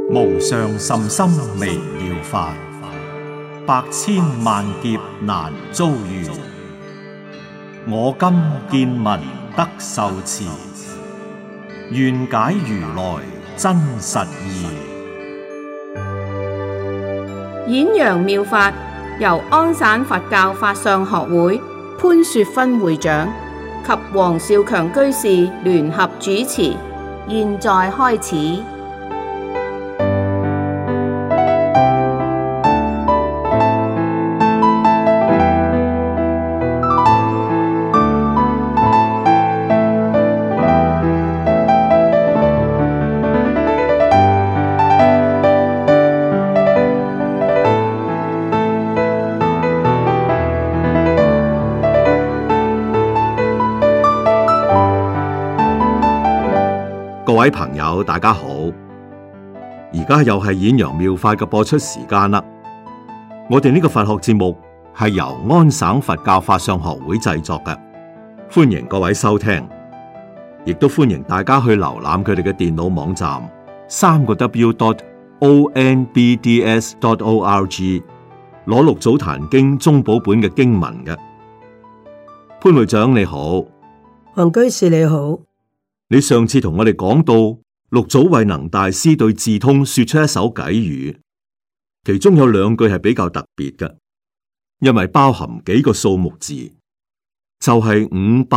無上甚深微妙法，百千萬劫難遭遇。我今見聞得受持，願解如來真實義。 演揚妙法由安省佛教法相學會潘雪芬會長及黃少強居士聯合主持，現在開始。 各位朋友，大家好！而家又係演揚妙法嘅播出時間啦。我哋呢個佛學節目係由安省佛教法相學會製作嘅，歡迎各位收聽，亦都歡迎大家去瀏覽佢哋嘅電腦網站3個W.onbds.org 攞六祖壇經宗寶本嘅經文嘅。潘會長你好， 黃居士你好。 你上次同我哋講到六祖慧能大師對智通說出一首偈語，其中有兩句係比較特別嘅，因為包含幾個數目字，就係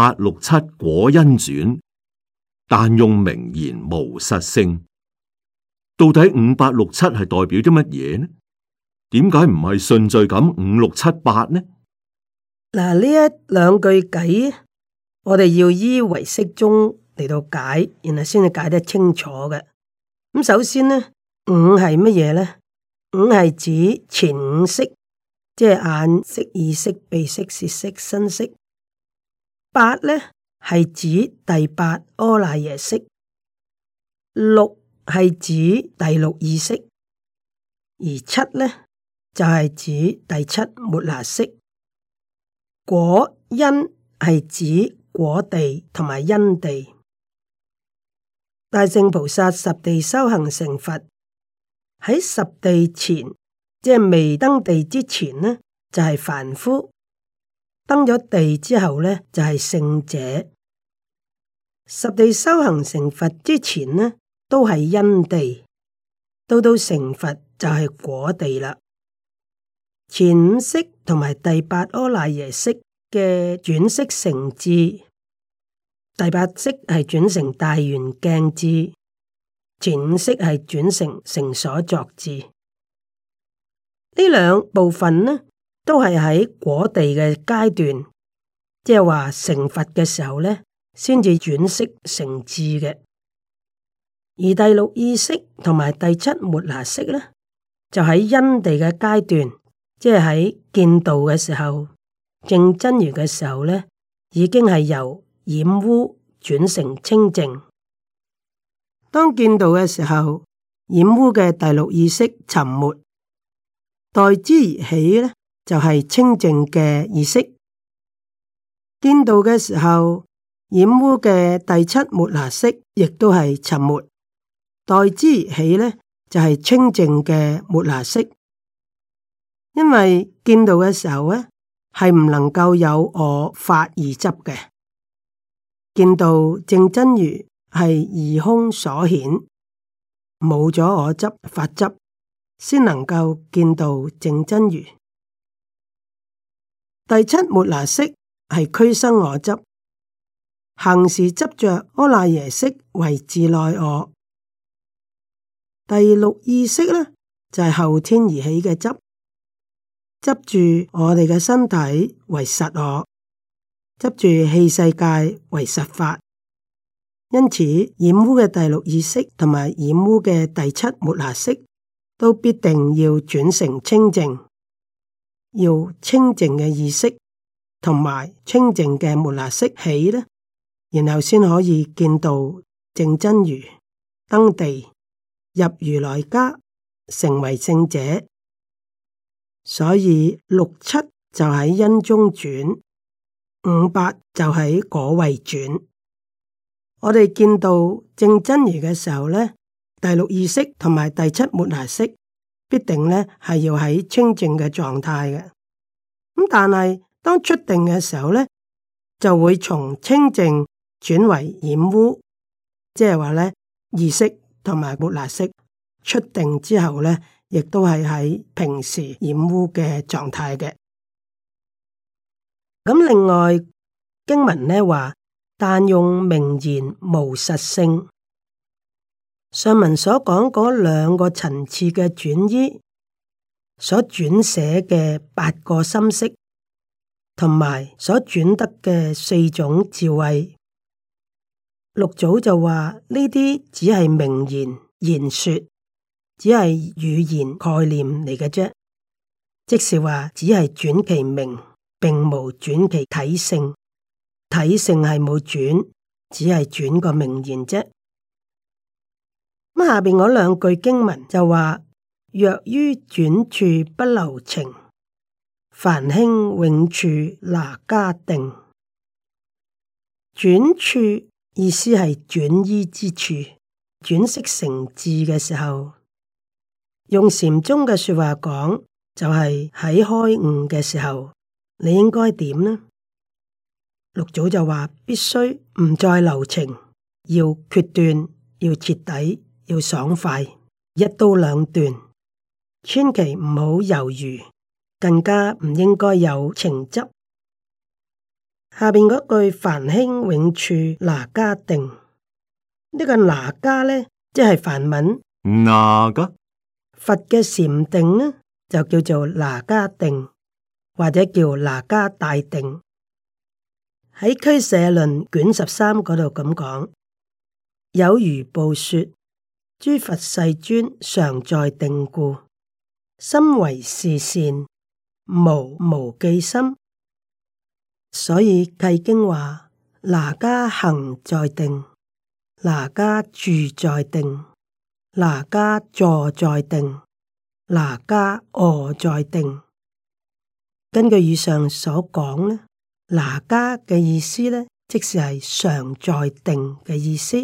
5867果因轉，但用名言無實性。到底5867係代表啲乜嘢呢？點解唔係順序咁5678呢？ 嗱，呢一兩句偈，我哋要依唯識宗嚟到解，然後先至解得清楚嘅。咁首先呢，五係乜嘢呢？五係指前五識，即係眼識、耳識、鼻識、舌識、身識。八呢係指第八阿賴耶識。六係指第六意識，而七呢就係指第七末那識。果因係指果地同埋因地。大乘菩薩十地修行成佛，喺十地前，即係未登地之前呢，就係凡夫；登咗地之後呢，就係聖者。十地修行成佛之前呢，都係因地，到成佛就係果地啦。前五識同埋第八阿賴耶識嘅轉識成智。第八識係轉成大圓鏡智，前五識係轉成成所作智。呢兩部分呢，都係喺果地嘅階段，即係話成佛嘅時候呢，先至轉識成智嘅。而第六意識同埋第七末那識呢，就喺因地嘅階段，即係喺見道嘅時候、證真如嘅時候呢，已經係由染污轉成清淨。當見道嘅時候，染污嘅第六意識沉沒，代之而起呢，就係清淨嘅意識。見道嘅時候，染污嘅第七末那識亦都係沉沒，代之而起呢，就係清淨嘅末那識。因為見道嘅時候呢，係唔能夠有我法而執嘅。見到證真如係二空所顯，冇咗我執法執，先能夠見到證真如。第七末那識係俱生我執，行事執着阿賴耶識為自內我。第六意識呢，就係後天而起嘅執，執住我哋嘅身體為實我。執住器世界為實法，因此染污嘅第六意識同埋染污嘅第七末那識，都必定要轉成清淨，要清淨嘅意識同埋清淨嘅末那識起呢，然後先可以見到證真如，登地入如來家，成為聖者。所以六七就喺因中轉。58就喺果位轉，我哋見到證真如嘅時候呢， 第六意識同埋第七末那識必定呢係要喺清淨嘅狀態嘅。咁但係當出定嘅時候呢，就會從清淨轉為染污，即係話呢，意識同埋末那識出定之後呢，亦都係喺平時染污嘅狀態嘅。咁另外經文呢話，但用名言無實性。上文所講嗰兩個層次嘅轉依，所轉寫嘅8個心識，同埋所轉得嘅4種智慧，六祖就話呢啲只係名言言說，只係語言概念嚟嘅啫，即是話只係轉其名，並無轉其體性。體性係冇轉，只係轉個名言啫。咁下邊嗰兩句經文就話：若於轉處不留情，梵興永處拿迦定。轉處意思係轉依之處，轉識成智嘅時候，用禪宗嘅說話講，就係喺開悟嘅時候，你應該點呢？六祖就話必須唔再留情，要決斷，要徹底，要爽快，一刀兩斷，千祈唔好猶豫，更加唔應該有情執。下邊嗰句梵興永處拿迦定，呢個拿迦呢，即係梵文拿噶佛嘅禪定呢，就叫做拿迦定，或者叫拿迦大定。喺俱舍論卷13嗰度咁講，有如報說，諸佛世尊常在定故，心為是善，無記心。所以契經話：拿迦行在定，拿迦住在定，拿迦坐在定，拿迦臥在定。根據以上所講呢，拿迦嘅意思呢，即是係常在定嘅意思。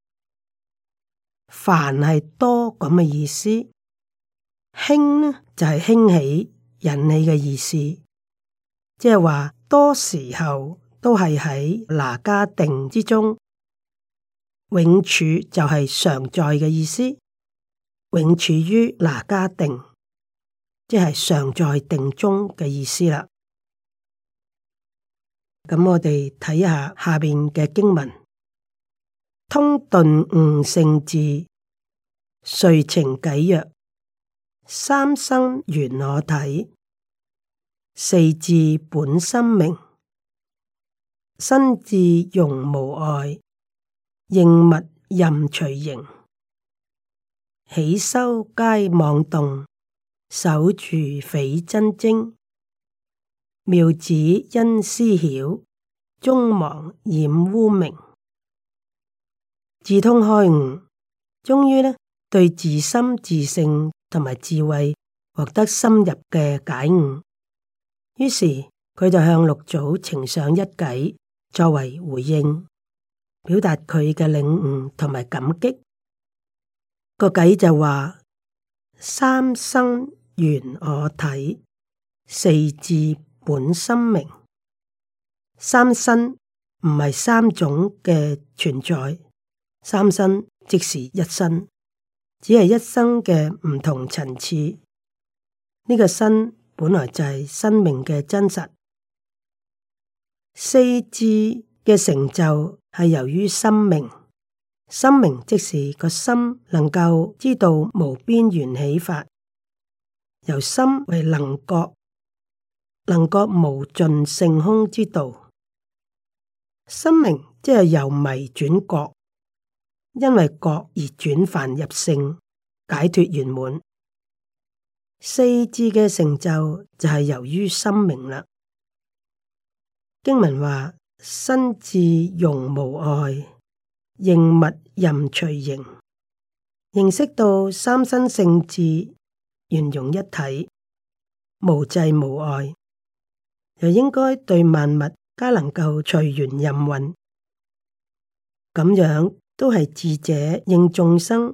梵係多咁嘅意思，興呢就係興起、引起嘅意思，即係話多時候都係喺拿迦定之中。永處就係常在嘅意思，永處於拿迦定，即係常在定中嘅意思啦。咁我哋睇下下邊嘅經文，通頓悟聖智，遂情偈曰：三生緣我體，四智本心明，身智容無礙，應物任隨形，起修皆妄動，守住非真精。妙子因思曉，終忘染污名。智通開悟，終於呢對自心自性同埋智慧獲得深入嘅解悟。於是佢就向六祖呈上一偈作為回應，表達佢嘅領悟同埋感激。個偈就話：三生緣我體，四智本心明。三身唔係三種嘅存在，三身即是一身，只係一生嘅唔同層次。呢個身本來就係生命嘅真實。四智嘅成就係由於心明，心明即是個心能夠知道無邊緣起法，由心為能覺，能覺無盡性空之道。心明即係由迷轉覺，因為覺而轉凡入聖，解脫圓滿。四智嘅成就就係由於心明啦。經文話：身智容無礙，應物任隨形。認識到三身聖智圓融一體，無際無礙，又應該對萬物皆能夠隨緣任運，咁樣都係智者應眾生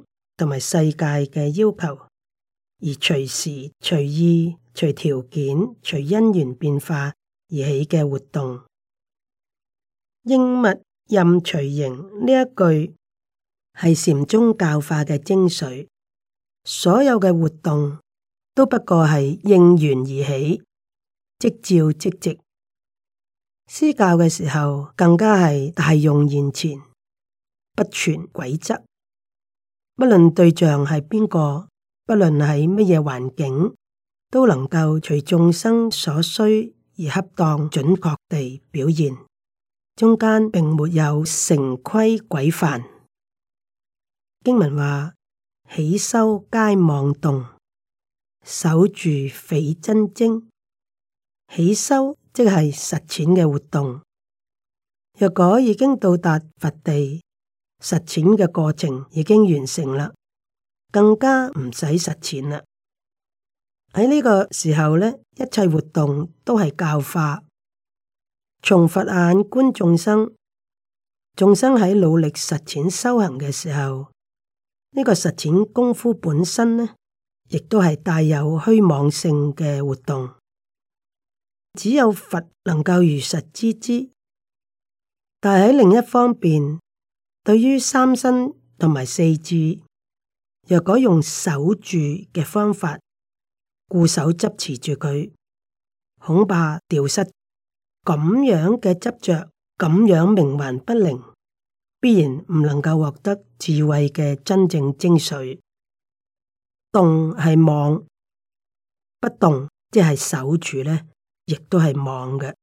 同埋世界嘅要求，而隨時隨意、隨條件、隨因緣變化而起嘅活動。應物任隨形呢一句係禪宗教化嘅精髓，所有嘅活動都不過係應緣而起，即照即值。施教嘅時候更加係大用現前，不存軌則。不論對象係邊個，不論喺乜嘢環境，都能夠隨眾生所需而恰當準確地表現，中間並沒有成規軌範。經文話：起修皆妄動，守住非真精。起修即係實踐嘅活動，若果已經到達佛地，實踐嘅過程已經完成啦，更加唔使實踐啦。喺呢個時候呢，一切活動都係教化。從佛眼觀眾生，眾生喺努力實踐修行嘅時候，呢個實踐功夫本身呢，亦都係帶有虛妄性嘅活動。只有佛能夠如實知之，但係喺另一方面，對於三身同埋四智，若果用守住嘅方法固守執持住佢，恐怕掉失咁樣嘅執着，咁樣冥頑不靈，必然唔能夠獲得智慧嘅真正精髓。動係妄，不動即係守住呢，亦都係妄嘅。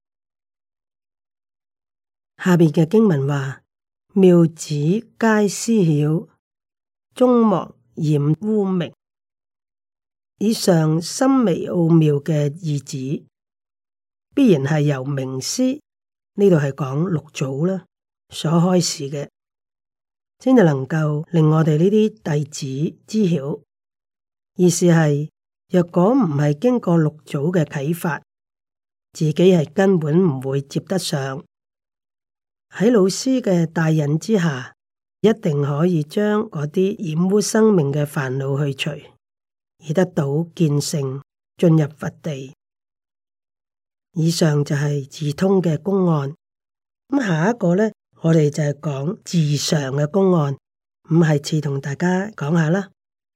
下邊嘅經文話：妙子皆思曉，終莫染污明。以上深微奧妙嘅意旨，必然係由明師，呢度係講六祖啦，所開示嘅，先至能夠令我哋呢啲弟子知曉。意思係，若果唔係經過六祖嘅啟發，自己係根本唔會接得上。喺老師嘅帶引之下，一定可以將嗰啲染污生命嘅煩惱去除，而得到見性，進入佛地。以上就係自通嘅公案。咁下一個呢，我哋就係講自常嘅公案。咁係次同大家講下啦。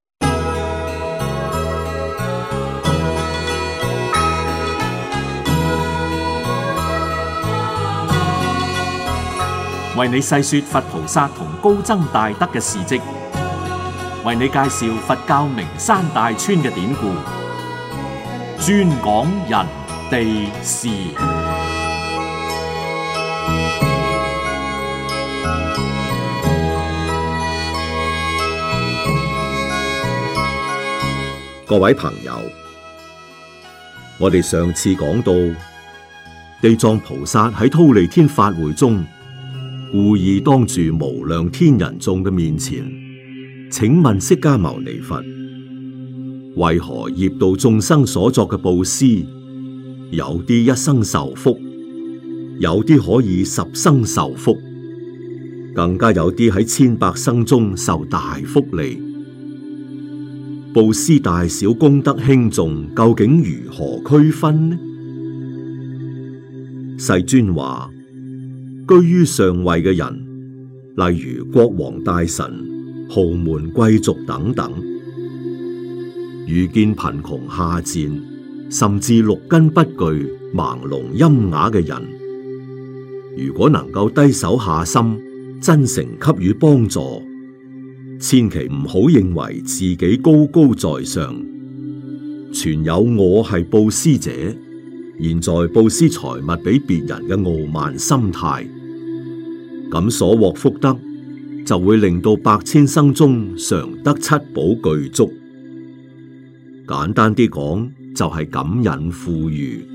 為你細說佛菩薩同高僧大德嘅事跡，為你介紹佛教名山大川嘅典故，專講人地事。 各位朋友，我哋上次講到地藏菩薩喺忉利天法會中，故意當住無量天人眾嘅面前，請問釋迦牟尼佛，為何業度眾生所作嘅布施，有啲一生受福，有啲可以十生受福，更加有啲喺千百生中受大福利？布施大小功德輕重，究竟如何區分呢？世尊話：居於上位嘅人，例如國王大臣、豪門貴族等等，遇見貧窮下賤，甚至六根不具、盲聾瘖啞嘅人，如果能夠低手下心，真誠給予幫助，千祈唔好認為自己高高在上，存有我係布施者，現在布施財物俾別人嘅傲慢心態，咁所獲福德就會令到百千生中常得七寶具足。簡單啲講，就係感引富裕。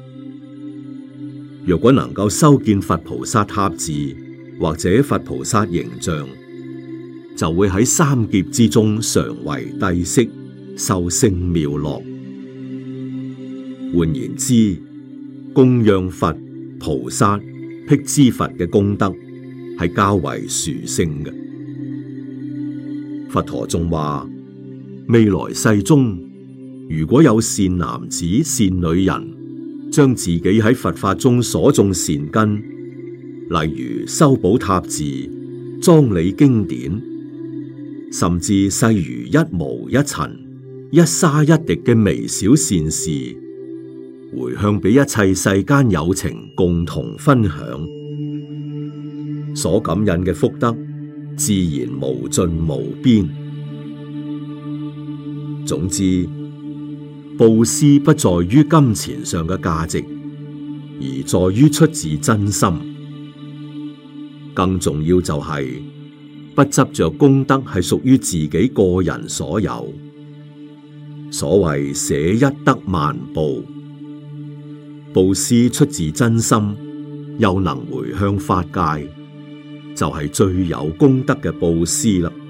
若果能夠修建佛菩薩塔寺或者佛菩薩形象，就會喺三劫之中常為帝釋，受勝妙樂。換言之，供養佛、菩薩、辟支佛嘅功德係較為殊勝嘅。 佛陀仲話，未來世中，如果有善男子善女人將自己喺佛法中所種善根，例如修補塔寺、裝理經典，甚至細如一毛一塵、一沙一滴嘅微小善事，回向俾一切世間有情共同分享，所感引嘅福德自然無盡無邊。總之，布施不在於金錢上嘅價值，而在於出自真心。更重要就係不執着功德係屬於自己個人所有。所謂捨一得萬報，布施出自真心，又能回向法界，就係最有功德嘅布施啦。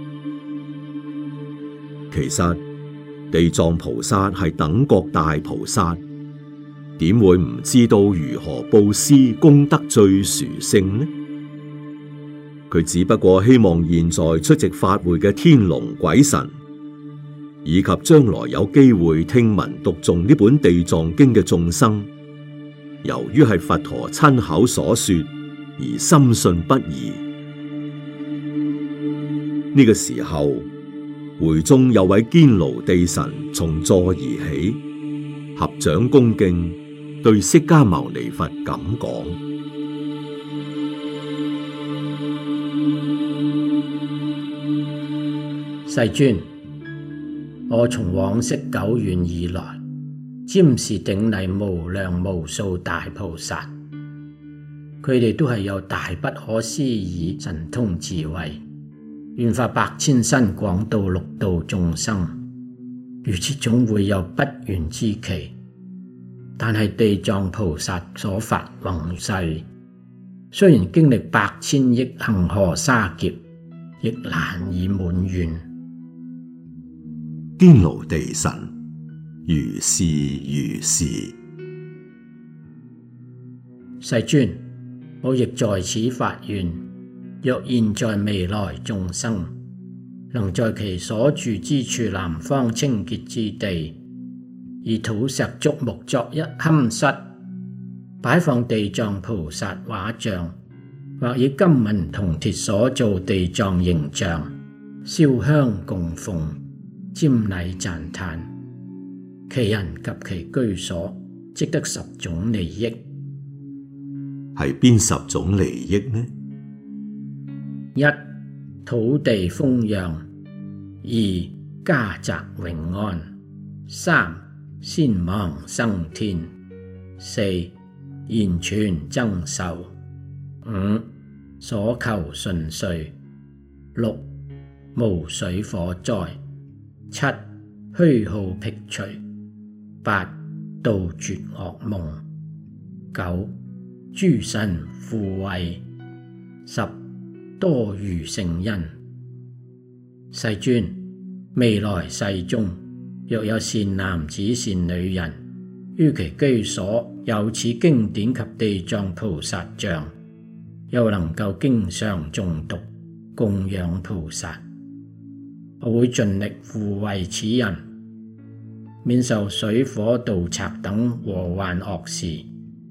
其實地藏菩薩係等覺大菩薩，點會唔知道如何布施功德最殊勝呢？佢只不過希望現在出席法會嘅天龍鬼神，以及將來有機會聽聞讀誦呢本地藏經嘅眾生，由於係佛陀親口所說，而深信不疑。呢個時候，會中有位堅牢地神從座而起，合掌恭敬對釋迦牟尼佛咁講： 世尊，我從往昔久遠以來，瞻視頂禮無量無數大菩薩，佢哋都係有大不可思議神通智慧，願發百千身廣度六道眾生。如此總會有不圓之期，但係地藏菩薩所發宏誓，雖然經歷百千億恒河沙劫，亦難以滿願。 堅牢地神，如是如是。 世尊，我亦在此發願，若現在未來眾生能在其所住之處南方清潔之地，以土石竹木作一龕室，擺放地藏菩薩畫像，或以金銀銅鐵所造地藏形象，燒香供奉，瞻禮讚歎，其人及其居所，即得10種利益。 係邊10種利益呢 ？1. 土地豐穰； 2. 家宅永安； 3. 先亡生天； 4. 言傳增壽； 5. 所求順遂； 6. 無水火災； 7. 虛耗辟除； 8. 杜絕惡夢； 9. 諸神護衛； 10. 多遇聖因。世尊，未來世中，若有善男子善女人，於其居所有此經典及地藏菩薩像，又能夠經常誦讀供養菩薩，我會盡力護衛此人，免受水火盜賊等禍患惡事。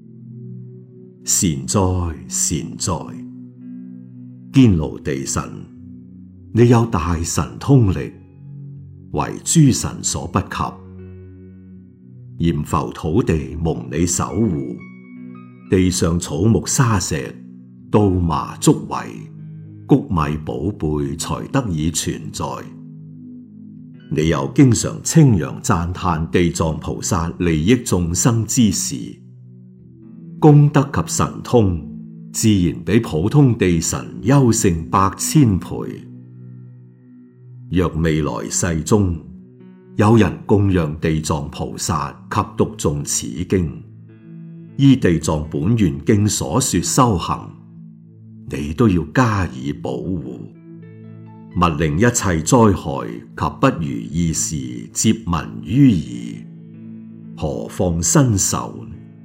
善哉善哉，堅牢地神，你有大神通力，為諸神所不及。閻浮土地蒙你守護，地上草木沙石、稻麻竹葦、穀米寶貝才得以存在。你又經常稱揚讚歎地藏菩薩利益眾生之事，功德及神通自然比普通地神優勝百千倍。若未來世中有人供養地藏菩薩及讀誦此經，依地藏本願經所說修行，你都要加以保護，勿令一切災害及不如意事接聞於耳，何況身受？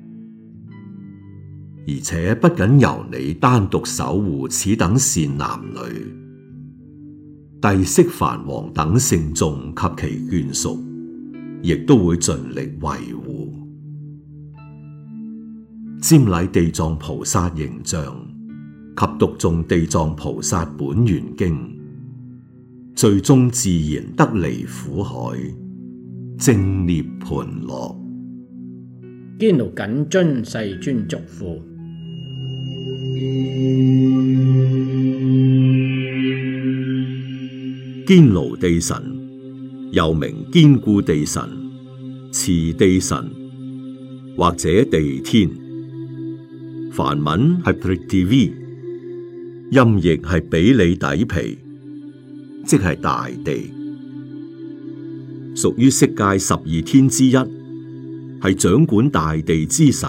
而且不僅由你單獨守護此等善男女， 帝釋梵王等聖眾及其眷屬，亦都會盡力維護。瞻禮地藏菩薩形象及讀誦地藏菩薩本願經，最終自然得離苦海，證涅槃樂。 堅牢謹遵世尊囑咐。 堅牢地神又名堅固地神、持地神或者地天，梵文係 Prithvi， 音譯係比里底皮，即係大地，屬於色界12天之一，係掌管大地之神。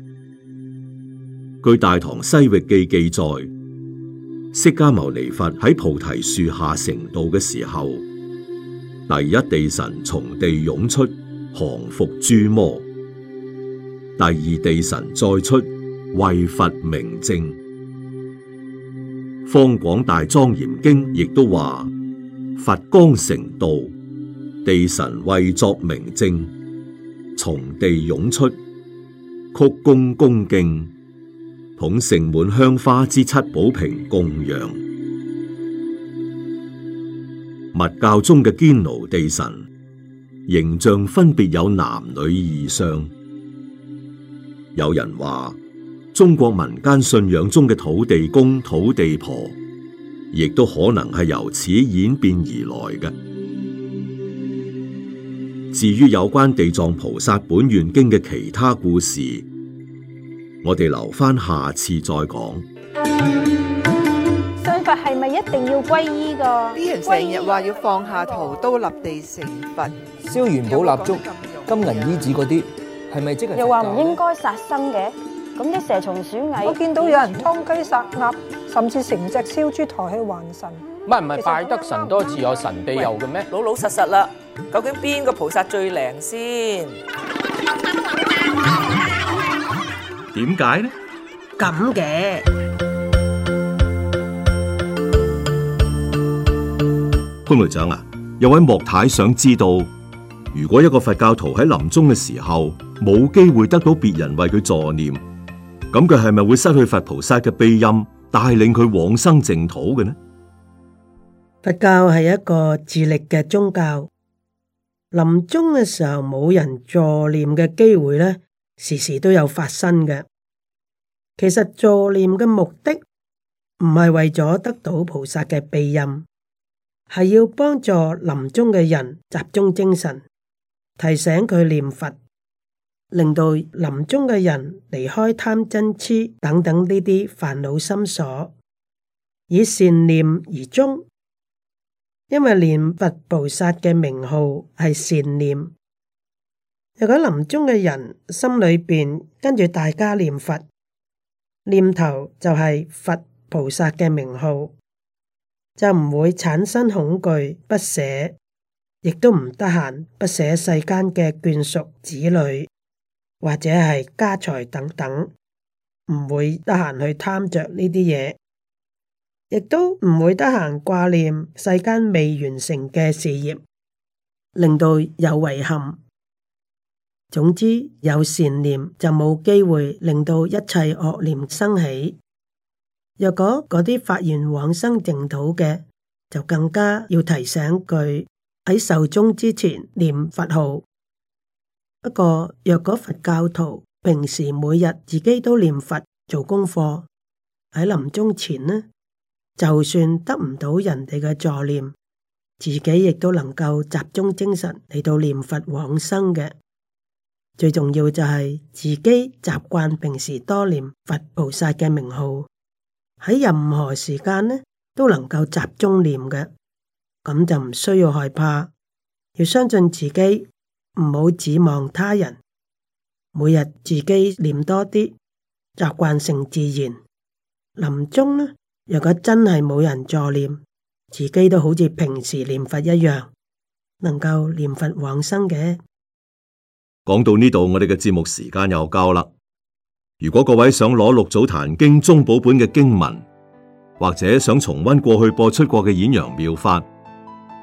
據《大唐西域記》記載，釋迦牟尼佛喺菩提樹下成道嘅時候，第一地神從地湧出，降伏諸魔；第二地神再出，為佛明證。方廣大莊嚴經亦都話，佛剛成道，地神為作明證，從地湧出，曲躬恭敬，捧盛滿香花之七寶瓶供養。密教中嘅堅牢地神形象分別有男女二相。有人話，中國民間信仰中嘅土地公、土地婆，亦都可能係由此演變而來嘅。至於有關地藏菩薩本願經嘅其他故事，我哋留返下次再講。 信佛係咪一定要皈依㗎？ 啲人成日話要放下屠刀立地成佛， 燒元寶蠟燭、金銀衣紙嗰啲，係咪即係？ 又話唔應該殺生嘅，咁啲蛇蟲鼠蟻， 我見到有人劏雞殺鴨，甚至成隻燒豬抬去還神。 唔係拜得神多自有神庇佑嘅咩？ 老老實實啦，究竟邊個菩薩最靈先？ 點解呢？ 咁嘅潘會長啊，有位莫太想知道，如果一個佛教徒喺臨終嘅時候冇機會得到別人為佢助念，咁佢係咪會失去佛菩薩嘅庇蔭，帶領佢往生淨土嘅呢？ 佛教係一個自力嘅宗教，臨終嘅時候冇人助念嘅機會呢，時時都有發生嘅。其實助念嘅目的唔係為咗得到菩薩嘅庇蔭，係要幫助臨終嘅人集中精神，提醒佢念佛，令到臨終嘅人離開貪嗔癡等等呢啲煩惱心所，以善念而終。因為念佛菩薩嘅名號係善念，如果臨終嘅人心裏邊跟住大家念佛，念頭就係佛菩薩嘅名號，就唔會產生恐懼不捨，亦都唔得閒不捨世間嘅眷屬子女或者係家財等等，唔會得閒去貪着呢啲嘢，亦都唔會得閒掛念世間未完成嘅事業，令到有遺憾。總之有善念就冇機會令到一切惡念生起。若果嗰啲發願往生淨土嘅，就更加要提醒佢喺壽終之前念佛號。不過若果佛教徒平時每日自己都念佛做功課，喺臨終前呢，就算得唔到人哋嘅助念，自己亦都能夠集中精神嚟到念佛往生嘅。最重要就係自己習慣平時多念佛菩薩嘅名號，喺任何時間呢都能夠集中念嘅，咁就唔需要害怕，要相信自己，唔好指望他人，每日自己念多啲，習慣成自然。臨終呢，若果真係冇人助念，自己都好似平時念佛一樣，能夠念佛往生嘅。 講到呢度，我哋嘅節目時間又夠啦。如果各位想攞六祖壇經宗寶本嘅經文，或者想重溫過去播出過嘅演揚妙法，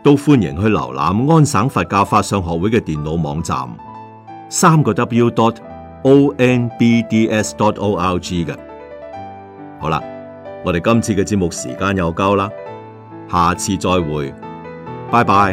都歡迎去瀏覽安省佛教法相學會嘅電腦網站3個W.onbds.org 嘅。好啦，我哋今次嘅節目時間又夠啦，下次再會，拜拜。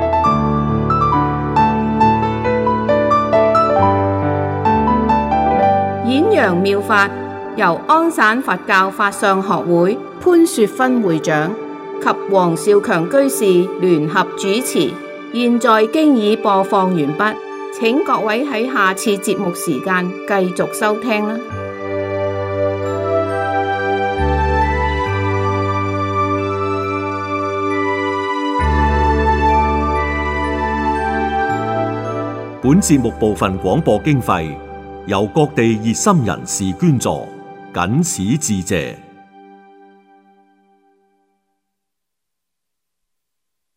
演揚妙法由安省佛教法相學會潘雪芬會長及黃少強居士聯合主持，現在經已播放完畢，請各位喺下次節目時間繼續收聽啦。 本節目部分廣播經費由各地熱心人士捐助，謹此致謝。